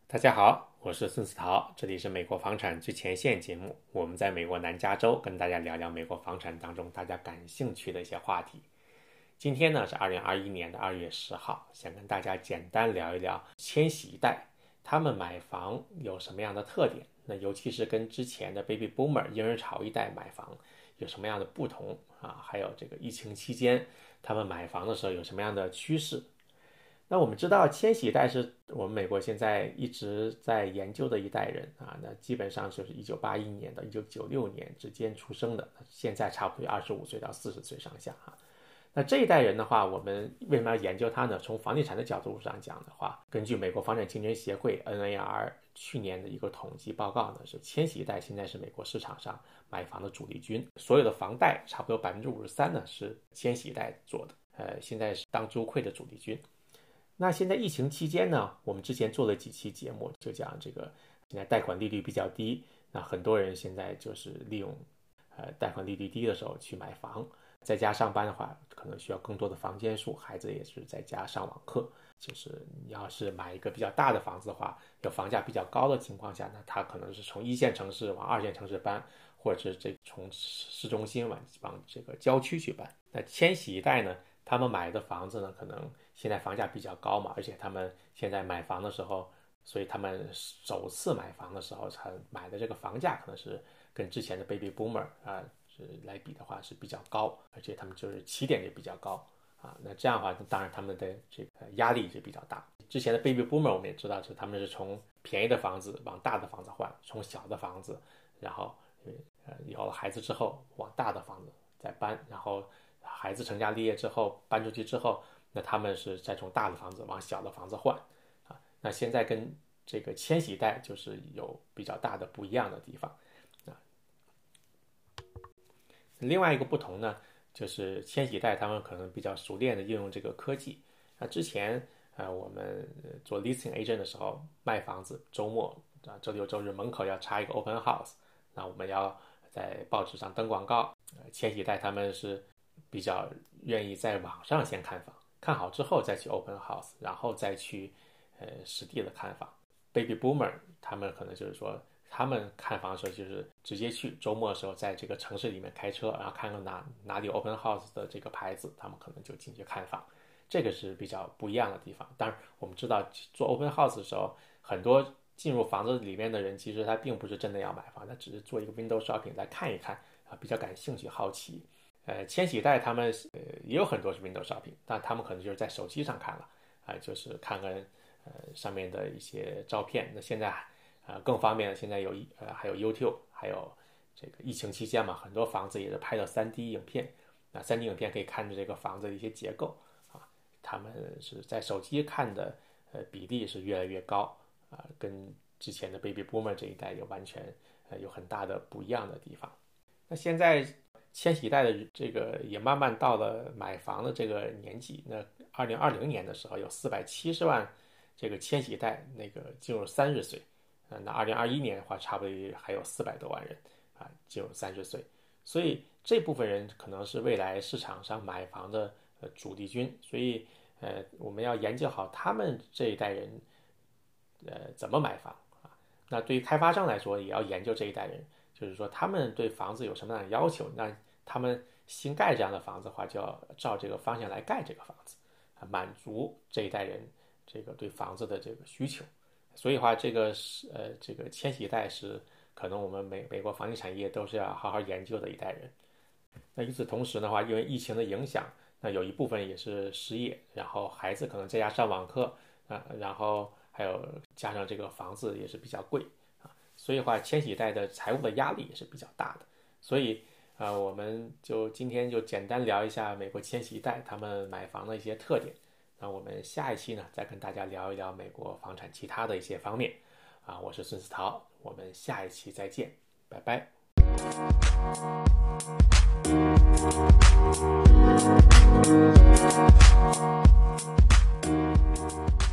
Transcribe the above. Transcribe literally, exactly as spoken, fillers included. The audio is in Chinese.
大家好，我是孙思桃，这里是美国房产最前线节目。我们在美国南加州跟大家聊聊美国房产当中大家感兴趣的一些话题。今天呢是二零二一年的二月十号，想跟大家简单聊一聊千禧一代他们买房有什么样的特点，那尤其是跟之前的 Baby Boomer 婴儿潮一代买房有什么样的不同啊？还有这个疫情期间他们买房的时候有什么样的趋势。那我们知道千禧一代是我们美国现在一直在研究的一代人啊，那基本上就是一九八一年到一九九六年之间出生的，现在差不多二十五岁到四十岁上下啊。那这一代人的话，我们为什么要研究它呢？从房地产的角度上讲的话，根据美国房产竞争协会 N A R 去年的一个统计报告呢，是千禧一代现在是美国市场上买房的主力军，所有的房贷差不多百分之五十三呢是千禧一代做的，呃，现在是当周亏的主力军。那现在疫情期间呢，我们之前做了几期节目，就讲这个现在贷款利率比较低，那很多人现在就是利用呃贷款利率低的时候去买房，在家上班的话，可能需要更多的房间数，孩子也是在家上网课。就是你要是买一个比较大的房子的话，有房价比较高的情况下呢，他可能是从一线城市往二线城市搬，或者是这从市中心往往这个郊区去搬。那千禧一代呢，他们买的房子呢，可能现在房价比较高嘛，而且他们现在买房的时候，所以他们首次买房的时候，他买的这个房价可能是跟之前的 Baby Boomer 啊是来比的话是比较高，而且他们就是起点也比较高啊。那这样的话，当然他们的这个压力就比较大。之前的 Baby Boomer 我们也知道，是他们是从便宜的房子往大的房子换，从小的房子，然后呃有了孩子之后往大的房子再搬，然后孩子成家立业之后搬出去之后，那他们是再从大的房子往小的房子换啊。那现在跟这个千禧一代就是有比较大的不一样的地方啊。另外一个不同呢，就是千禧一代他们可能比较熟练的应用这个科技。那之前呃我们做 listing agent 的时候卖房子，周末啊周六周日门口要插一个 open house， 那我们要在报纸上登广告。呃千禧一代他们是比较愿意在网上先看房，看好之后再去 open house， 然后再去呃实地的看房。Baby Boomer 他们可能就是说，他们看房的时候就是直接去，周末的时候在这个城市里面开车，然后看看哪哪里有 open house 的这个牌子，他们可能就进去看房。这个是比较不一样的地方。当然我们知道做 open house 的时候，很多进入房子里面的人其实他并不是真的要买房，他只是做一个 window shopping 来看一看啊，比较感兴趣好奇。呃，千禧一代他们呃也有很多是 window shopping， 但他们可能就是在手机上看了啊、呃，就是看看呃上面的一些照片。那现在呃更方便了，现在有呃还有 YouTube， 还有这个疫情期间嘛，很多房子也是拍了 三 D 影片，那 三 D 影片可以看着这个房子的一些结构啊，他们是在手机看的呃比例是越来越高啊、呃，跟之前的 Baby Boomer 这一代有完全呃有很大的不一样的地方。那现在千禧一代的这个也慢慢到了买房的这个年纪。那二零二零年的时候有四百七十万这个千禧一代那个进入三十岁，那二零二一年的话差不多还有四百多万人啊进入三十岁，所以这部分人可能是未来市场上买房的呃主力军。所以呃我们要研究好他们这一代人呃怎么买房啊。那对于开发商来说，也要研究这一代人，就是说他们对房子有什么样的要求，那他们新盖这样的房子的话，就要照这个方向来盖这个房子，满足这一代人这个对房子的这个需求。所以的话，这个是呃这个千禧一代是可能我们美美国房地产业都是要好好研究的一代人。那与此同时的话，因为疫情的影响，那有一部分也是失业，然后孩子可能在家上网课啊、呃，然后还有加上这个房子也是比较贵啊，所以的话，千禧一代的财务的压力也是比较大的。所以呃，我们就今天就简单聊一下美国千禧一代他们买房的一些特点。那我们下一期呢，再跟大家聊一聊美国房产其他的一些方面。啊，我是孙思桃，我们下一期再见，拜拜。Thank you.